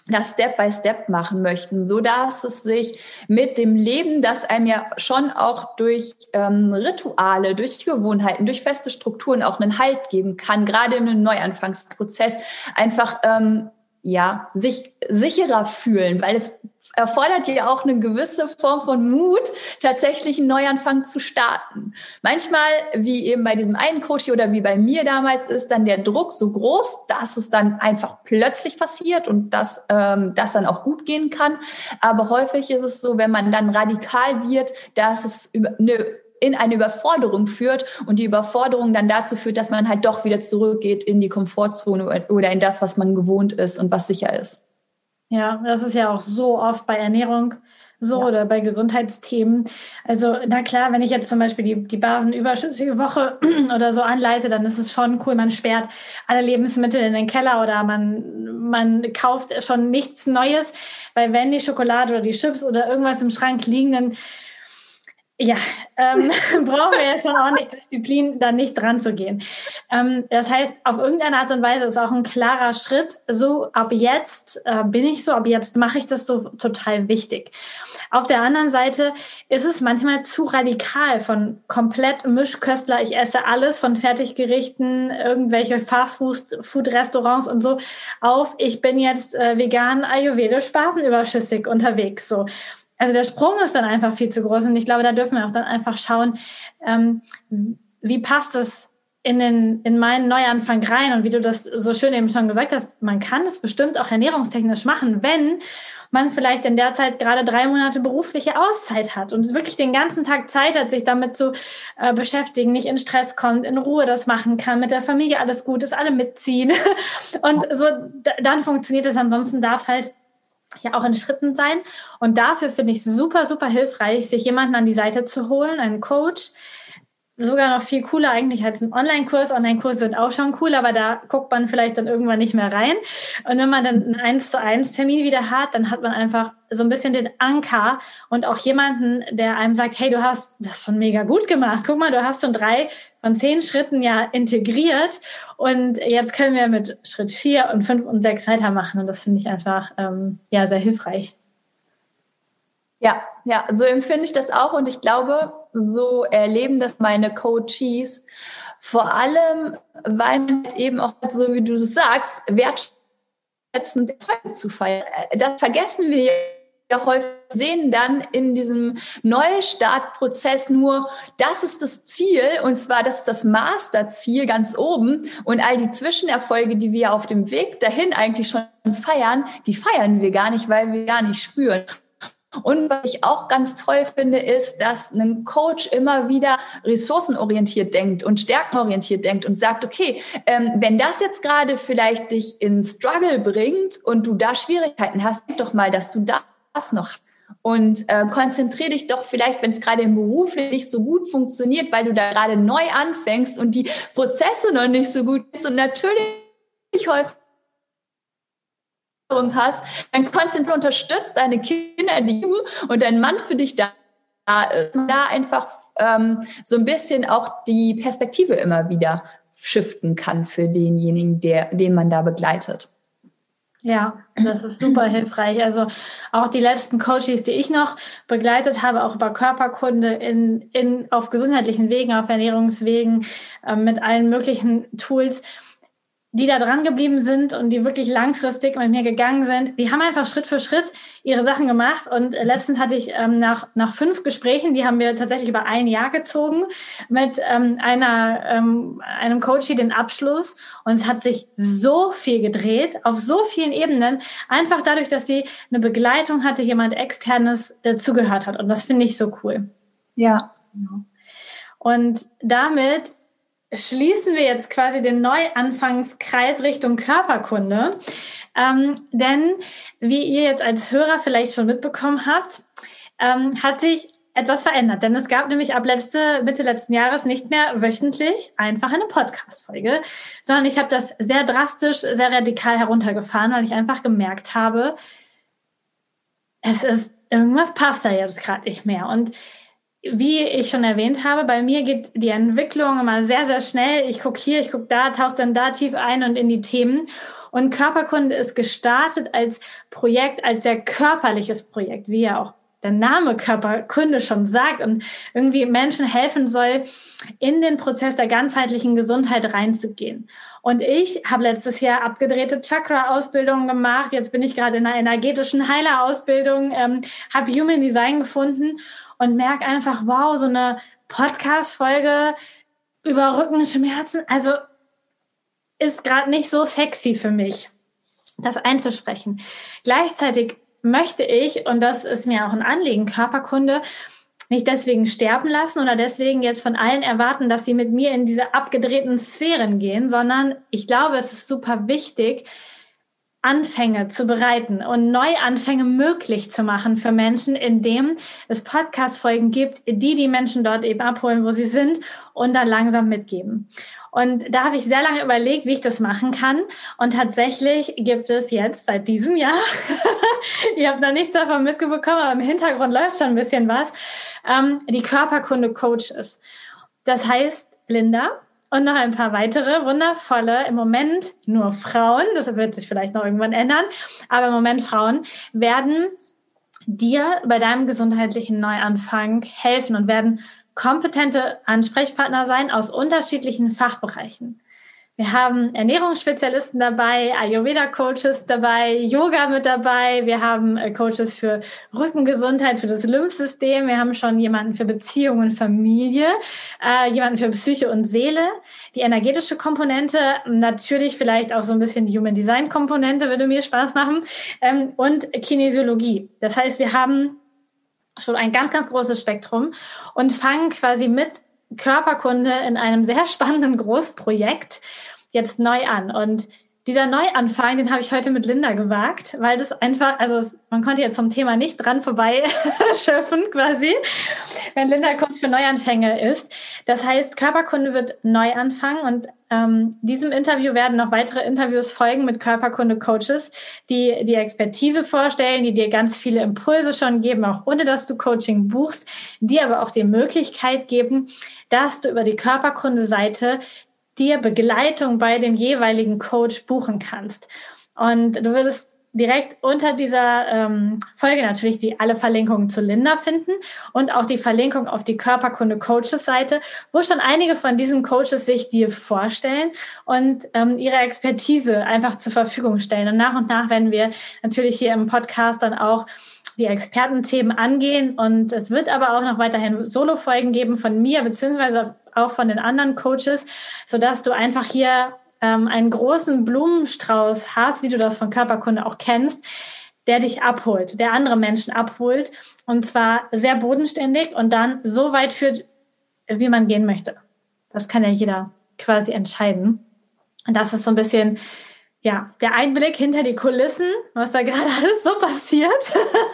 das Step by Step machen möchten, so dass es sich mit dem Leben, das einem ja schon auch durch ähm, Rituale, durch Gewohnheiten, durch feste Strukturen auch einen Halt geben kann, gerade in einem Neuanfangsprozess, einfach ähm, ja sich sicherer fühlen, weil es erfordert ja auch eine gewisse Form von Mut, tatsächlich einen Neuanfang zu starten. Manchmal, wie eben bei diesem einen Coach oder wie bei mir damals, ist dann der Druck so groß, dass es dann einfach plötzlich passiert und dass ähm, das dann auch gut gehen kann. Aber häufig ist es so, wenn man dann radikal wird, dass es über eine in eine Überforderung führt und die Überforderung dann dazu führt, dass man halt doch wieder zurückgeht in die Komfortzone oder in das, was man gewohnt ist und was sicher ist. Ja, das ist ja auch so oft bei Ernährung so ja. Oder bei Gesundheitsthemen. Also na klar, wenn ich jetzt zum Beispiel die, die basenüberschüssige Woche oder so anleite, dann ist es schon cool, man sperrt alle Lebensmittel in den Keller oder man, man kauft schon nichts Neues, weil wenn die Schokolade oder die Chips oder irgendwas im Schrank liegen, dann ja, ähm, brauchen wir ja schon ordentlich Disziplin, da nicht dran zu gehen. Ähm, das heißt, auf irgendeine Art und Weise ist auch ein klarer Schritt, so ab jetzt äh, bin ich so, ab jetzt mache ich das so, total wichtig. Auf der anderen Seite ist es manchmal zu radikal von komplett Mischköstler, ich esse alles von Fertiggerichten, irgendwelche Fast-Food-Restaurants und so, auf ich bin jetzt äh, vegan, ayurvedisch, basenüberschüssig unterwegs, so. Also der Sprung ist dann einfach viel zu groß und ich glaube, da dürfen wir auch dann einfach schauen, ähm, wie passt es in den in meinen Neuanfang rein und wie du das so schön eben schon gesagt hast, man kann es bestimmt auch ernährungstechnisch machen, wenn man vielleicht in der Zeit gerade drei Monate berufliche Auszeit hat und wirklich den ganzen Tag Zeit hat, sich damit zu äh, beschäftigen, nicht in Stress kommt, in Ruhe das machen kann, mit der Familie alles gut ist, alle mitziehen und so d- dann funktioniert es, ansonsten darf es halt ja auch in Schritten sein. Und dafür finde ich super, super hilfreich, sich jemanden an die Seite zu holen, einen Coach. Sogar noch viel cooler eigentlich als ein Online-Kurs. Online-Kurse sind auch schon cool, aber da guckt man vielleicht dann irgendwann nicht mehr rein. Und wenn man dann einen eins zu eins Termin wieder hat, dann hat man einfach so ein bisschen den Anker und auch jemanden, der einem sagt, hey, du hast das schon mega gut gemacht. Guck mal, du hast schon drei von zehn Schritten ja integriert und jetzt können wir mit Schritt vier und fünf und sechs weitermachen. Und das finde ich einfach ähm, ja sehr hilfreich. Ja, ja, so empfinde ich das auch und ich glaube, so erleben das meine Coaches, vor allem, weil man eben auch, so wie du es sagst, wertschätzend Freude zu feiern. Das vergessen wir ja häufig, sehen dann in diesem Neustartprozess nur, das ist das Ziel und zwar das ist das Masterziel ganz oben und all die Zwischenerfolge, die wir auf dem Weg dahin eigentlich schon feiern, die feiern wir gar nicht, weil wir gar nicht spüren. Und was ich auch ganz toll finde, ist, dass ein Coach immer wieder ressourcenorientiert denkt und stärkenorientiert denkt und sagt, okay, ähm, wenn das jetzt gerade vielleicht dich in Struggle bringt und du da Schwierigkeiten hast, denk doch mal, dass du das noch hast. Und äh, konzentriere dich doch vielleicht, wenn es gerade im Beruf nicht so gut funktioniert, weil du da gerade neu anfängst und die Prozesse noch nicht so gut sind und natürlich häufig hast, dann konzentriere, unterstützt deine Kinder, die und dein Mann für dich da ist. Da einfach ähm, so ein bisschen auch die Perspektive immer wieder shiften kann für denjenigen, der, den man da begleitet. Ja, das ist super hilfreich. Also auch die letzten Coaches, die ich noch begleitet habe, auch über Körperkunde in, in, auf gesundheitlichen Wegen, auf Ernährungswegen, äh, mit allen möglichen Tools, die da dran geblieben sind und die wirklich langfristig mit mir gegangen sind, die haben einfach Schritt für Schritt ihre Sachen gemacht. Und letztens hatte ich ähm, nach nach fünf Gesprächen, die haben wir tatsächlich über ein Jahr gezogen, mit ähm, einer ähm, einem Coachie den Abschluss. Und es hat sich so viel gedreht, auf so vielen Ebenen, einfach dadurch, dass sie eine Begleitung hatte, jemand Externes dazugehört hat. Und das finde ich so cool. Ja. Und damit schließen wir jetzt quasi den Neuanfangskreis Richtung Körperkunde. Ähm, denn wie ihr jetzt als Hörer vielleicht schon mitbekommen habt, ähm, hat sich etwas verändert. Denn es gab nämlich ab letzte, Mitte letzten Jahres nicht mehr wöchentlich einfach eine Podcast-Folge, sondern ich habe das sehr drastisch, sehr radikal heruntergefahren, weil ich einfach gemerkt habe, es ist, irgendwas passt da jetzt gerade nicht mehr. Und wie ich schon erwähnt habe, bei mir geht die Entwicklung immer sehr, sehr schnell. Ich gucke hier, ich gucke da, tauche dann da tief ein und in die Themen. Und Körperkunde ist gestartet als Projekt, als sehr körperliches Projekt, wie ja auch der Name Körperkunde schon sagt und irgendwie Menschen helfen soll, in den Prozess der ganzheitlichen Gesundheit reinzugehen. Und ich habe letztes Jahr abgedrehte Chakra-Ausbildungen gemacht. Jetzt bin ich gerade in einer energetischen Heiler-Ausbildung, ähm, habe Human Design gefunden und merke einfach, wow, so eine Podcast-Folge über Rückenschmerzen, also ist gerade nicht so sexy für mich, das einzusprechen. Gleichzeitig möchte ich, und das ist mir auch ein Anliegen, Körperkunde nicht deswegen sterben lassen oder deswegen jetzt von allen erwarten, dass sie mit mir in diese abgedrehten Sphären gehen, sondern ich glaube, es ist super wichtig, Anfänge zu bereiten und Neuanfänge möglich zu machen für Menschen, indem es Podcast-Folgen gibt, die die Menschen dort eben abholen, wo sie sind und dann langsam mitgeben. Und da habe ich sehr lange überlegt, wie ich das machen kann. Und tatsächlich gibt es jetzt seit diesem Jahr, ihr habt noch nichts davon mitbekommen, aber im Hintergrund läuft schon ein bisschen was, ähm, die Körperkunde-Coaches. Das heißt, Linda und noch ein paar weitere wundervolle, im Moment nur Frauen, das wird sich vielleicht noch irgendwann ändern, aber im Moment Frauen, werden dir bei deinem gesundheitlichen Neuanfang helfen und werden kompetente Ansprechpartner sein aus unterschiedlichen Fachbereichen. Wir haben Ernährungsspezialisten dabei, Ayurveda-Coaches dabei, Yoga mit dabei. Wir haben Coaches für Rückengesundheit, für das Lymphsystem. Wir haben schon jemanden für Beziehung und Familie, äh, jemanden für Psyche und Seele. Die energetische Komponente, natürlich vielleicht auch so ein bisschen Human Design Komponente, würde mir Spaß machen, ähm, und Kinesiologie. Das heißt, wir haben schon ein ganz, ganz großes Spektrum und fangen quasi mit Körperkunde in einem sehr spannenden Großprojekt jetzt neu an. Und dieser Neuanfang, den habe ich heute mit Linda gewagt, weil das einfach, also es, man konnte jetzt vom Thema nicht dran vorbei schöpfen quasi, wenn Linda Coach für Neuanfänge ist. Das heißt, Körperkunde wird neu anfangen und ähm, diesem Interview werden noch weitere Interviews folgen mit Körperkunde-Coaches, die die Expertise vorstellen, die dir ganz viele Impulse schon geben, auch ohne dass du Coaching buchst, die aber auch die Möglichkeit geben, dass du über die Körperkunde-Seite dir Begleitung bei dem jeweiligen Coach buchen kannst. Und du würdest direkt unter dieser ähm, Folge natürlich die alle Verlinkungen zu Linda finden und auch die Verlinkung auf die Körperkunde-Coaches-Seite, wo schon einige von diesen Coaches sich dir vorstellen und ähm, ihre Expertise einfach zur Verfügung stellen. Und nach und nach werden wir natürlich hier im Podcast dann auch die Expertenthemen angehen. Und es wird aber auch noch weiterhin Solo-Folgen geben von mir, beziehungsweise auch von den anderen Coaches, sodass du einfach hier ähm, einen großen Blumenstrauß hast, wie du das von Körperkunde auch kennst, der dich abholt, der andere Menschen abholt und zwar sehr bodenständig und dann so weit führt, wie man gehen möchte. Das kann ja jeder quasi entscheiden. Und das ist so ein bisschen ja der Einblick hinter die Kulissen, was da gerade alles so passiert.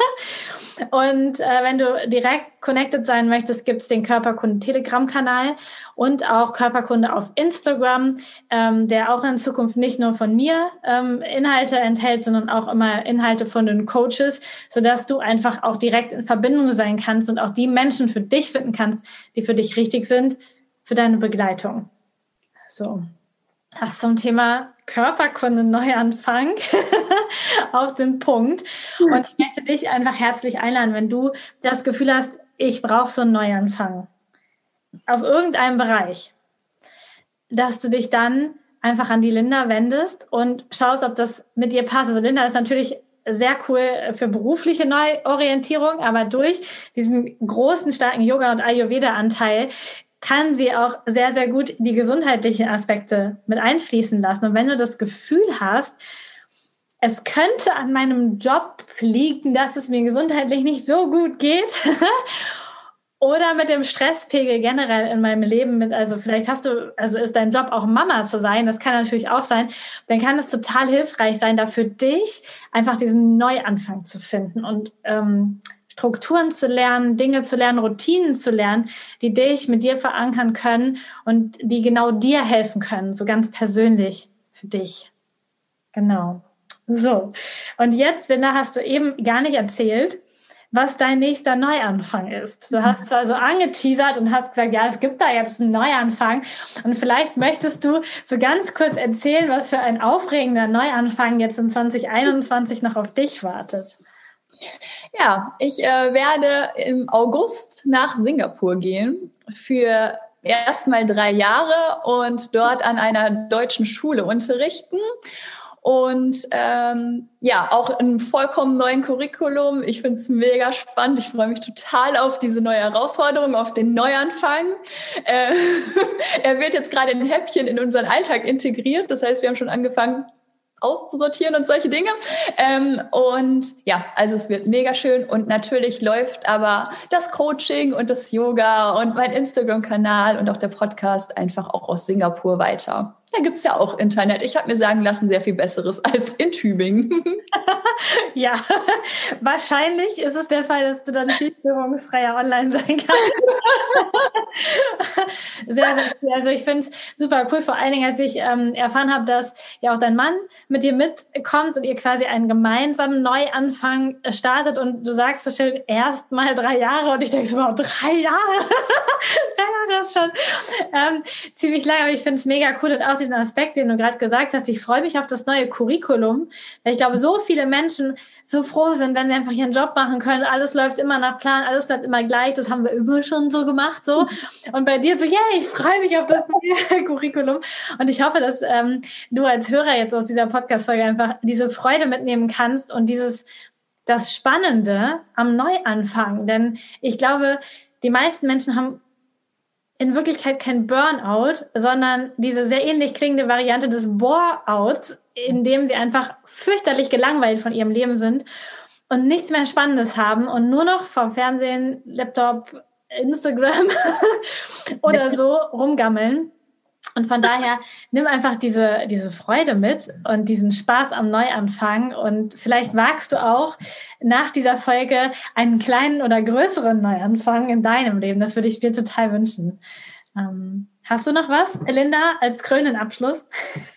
Und äh, wenn du direkt connected sein möchtest, gibt's den Körperkunde-Telegram-Kanal und auch Körperkunde auf Instagram, ähm, der auch in Zukunft nicht nur von mir ähm, Inhalte enthält, sondern auch immer Inhalte von den Coaches, sodass du einfach auch direkt in Verbindung sein kannst und auch die Menschen für dich finden kannst, die für dich richtig sind, für deine Begleitung. So, das zum Thema Körperkunde Neuanfang auf den Punkt. Und ich möchte dich einfach herzlich einladen, wenn du das Gefühl hast, ich brauche so einen Neuanfang auf irgendeinem Bereich, dass du dich dann einfach an die Linda wendest und schaust, ob das mit ihr passt. Also Linda ist natürlich sehr cool für berufliche Neuorientierung, aber durch diesen großen, starken Yoga- und Ayurveda-Anteil kann sie auch sehr, sehr gut die gesundheitlichen Aspekte mit einfließen lassen. Und wenn du das Gefühl hast, es könnte an meinem Job liegen, dass es mir gesundheitlich nicht so gut geht oder mit dem Stresspegel generell in meinem Leben, mit, also vielleicht hast du, also ist dein Job auch Mama zu sein, das kann natürlich auch sein, dann kann es total hilfreich sein, da für dich einfach diesen Neuanfang zu finden und ähm, Strukturen zu lernen, Dinge zu lernen, Routinen zu lernen, die dich mit dir verankern können und die genau dir helfen können, so ganz persönlich für dich. Genau. So. Und jetzt, Linda, hast du eben gar nicht erzählt, was dein nächster Neuanfang ist. Du hast zwar so angeteasert und hast gesagt, ja, es gibt da jetzt einen Neuanfang. Und vielleicht möchtest du so ganz kurz erzählen, was für ein aufregender Neuanfang jetzt in zwanzig einundzwanzig noch auf dich wartet. Ja, ich äh, werde im August nach Singapur gehen für erstmal drei Jahre und dort an einer deutschen Schule unterrichten. Und ähm, ja, auch in einem vollkommen neuen Curriculum. Ich finde es mega spannend. Ich freue mich total auf diese neue Herausforderung, auf den Neuanfang. Äh, er wird jetzt gerade in Häppchen in unseren Alltag integriert. Das heißt, wir haben schon angefangen auszusortieren und solche Dinge. Ähm, und ja, also es wird mega schön. Und natürlich läuft aber das Coaching und das Yoga und mein Instagram-Kanal und auch der Podcast einfach auch aus Singapur weiter. Da gibt's ja auch Internet. Ich habe mir sagen lassen, sehr viel Besseres als in Tübingen. Ja, wahrscheinlich ist es der Fall, dass du dann viel störungsfreier online sein kannst. Sehr, sehr cool. Also ich finde es super cool, vor allen Dingen, als ich ähm, erfahren habe, dass ja auch dein Mann mit dir mitkommt und ihr quasi einen gemeinsamen Neuanfang startet und du sagst so schön, erst mal drei Jahre und ich denke so, wow, drei Jahre? drei Jahre ist schon ähm, ziemlich lang, aber ich finde es mega cool und auch diesen Aspekt, den du gerade gesagt hast, ich freue mich auf das neue Curriculum, weil ich glaube, so viele Menschen so froh sind, wenn sie einfach ihren Job machen können, alles läuft immer nach Plan, alles bleibt immer gleich, das haben wir immer schon so gemacht, so. Und bei dir so, yeah, ich freue mich auf das neue Curriculum und ich hoffe, dass ähm, du als Hörer jetzt aus dieser Podcast-Folge einfach diese Freude mitnehmen kannst und dieses, das Spannende am Neuanfang, denn ich glaube, die meisten Menschen haben in Wirklichkeit kein Burnout, sondern diese sehr ähnlich klingende Variante des Boreouts, in dem sie einfach fürchterlich gelangweilt von ihrem Leben sind und nichts mehr Spannendes haben und nur noch vom Fernsehen, Laptop, Instagram oder so rumgammeln. Und von daher nimm einfach diese, diese Freude mit und diesen Spaß am Neuanfang und vielleicht wagst du auch nach dieser Folge einen kleinen oder größeren Neuanfang in deinem Leben. Das würde ich mir total wünschen. Ähm, hast du noch was, Linda, als krönenden Abschluss?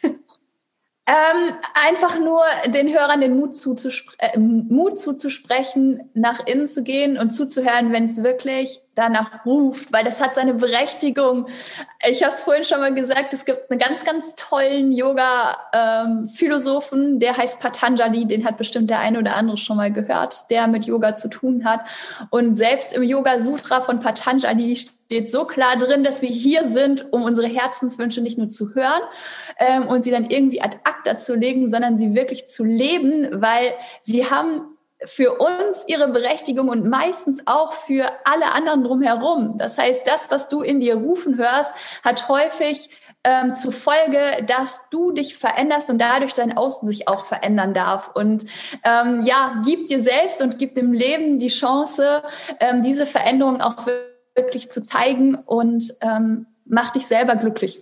Ähm, einfach nur den Hörern den Mut, zuzuspre- äh, Mut zuzusprechen, nach innen zu gehen und zuzuhören, wenn es wirklich danach ruft, weil das hat seine Berechtigung. Ich habe es vorhin schon mal gesagt, es gibt einen ganz, ganz tollen Yoga-Philosophen, ähm, der heißt Patanjali, den hat bestimmt der eine oder andere schon mal gehört, der mit Yoga zu tun hat. Und selbst im Yoga-Sutra von Patanjali steht so klar drin, dass wir hier sind, um unsere Herzenswünsche nicht nur zu hören ähm, und sie dann irgendwie ad acta zu legen, sondern sie wirklich zu leben, weil sie haben für uns ihre Berechtigung und meistens auch für alle anderen drumherum. Das heißt, das, was du in dir rufen hörst, hat häufig ähm, zur Folge, dass du dich veränderst und dadurch dein Außen sich auch verändern darf. Und ähm, ja, gib dir selbst und gib dem Leben die Chance, ähm, diese Veränderung auch wirklich zu zeigen und ähm, mach dich selber glücklich.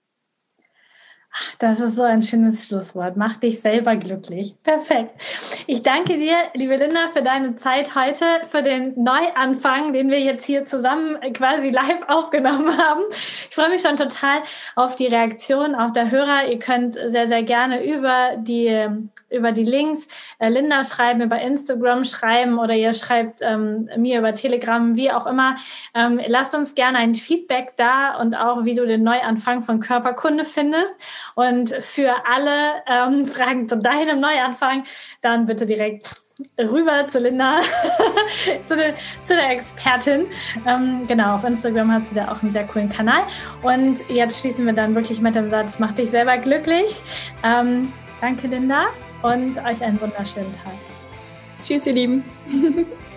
Ach, das ist so ein schönes Schlusswort. Mach dich selber glücklich. Perfekt. Ich danke dir, liebe Linda, für deine Zeit heute, für den Neuanfang, den wir jetzt hier zusammen quasi live aufgenommen haben. Ich freue mich schon total auf die Reaktion auch der Hörer. Ihr könnt sehr, sehr gerne über die, über die Links äh, Linda schreiben, über Instagram schreiben oder ihr schreibt ähm, mir über Telegram, wie auch immer. Ähm, lasst uns gerne ein Feedback da und auch, wie du den Neuanfang von Körperkunde findest. Und für alle ähm, Fragen zu deinem Neuanfang, dann bitte direkt rüber zu Linda, zu, der, zu der Expertin. Ähm, genau, auf Instagram hat sie da auch einen sehr coolen Kanal. Und jetzt schließen wir dann wirklich mit dem Satz, mach dich selber glücklich. Ähm, danke, Linda, und euch einen wunderschönen Tag. Tschüss, ihr Lieben.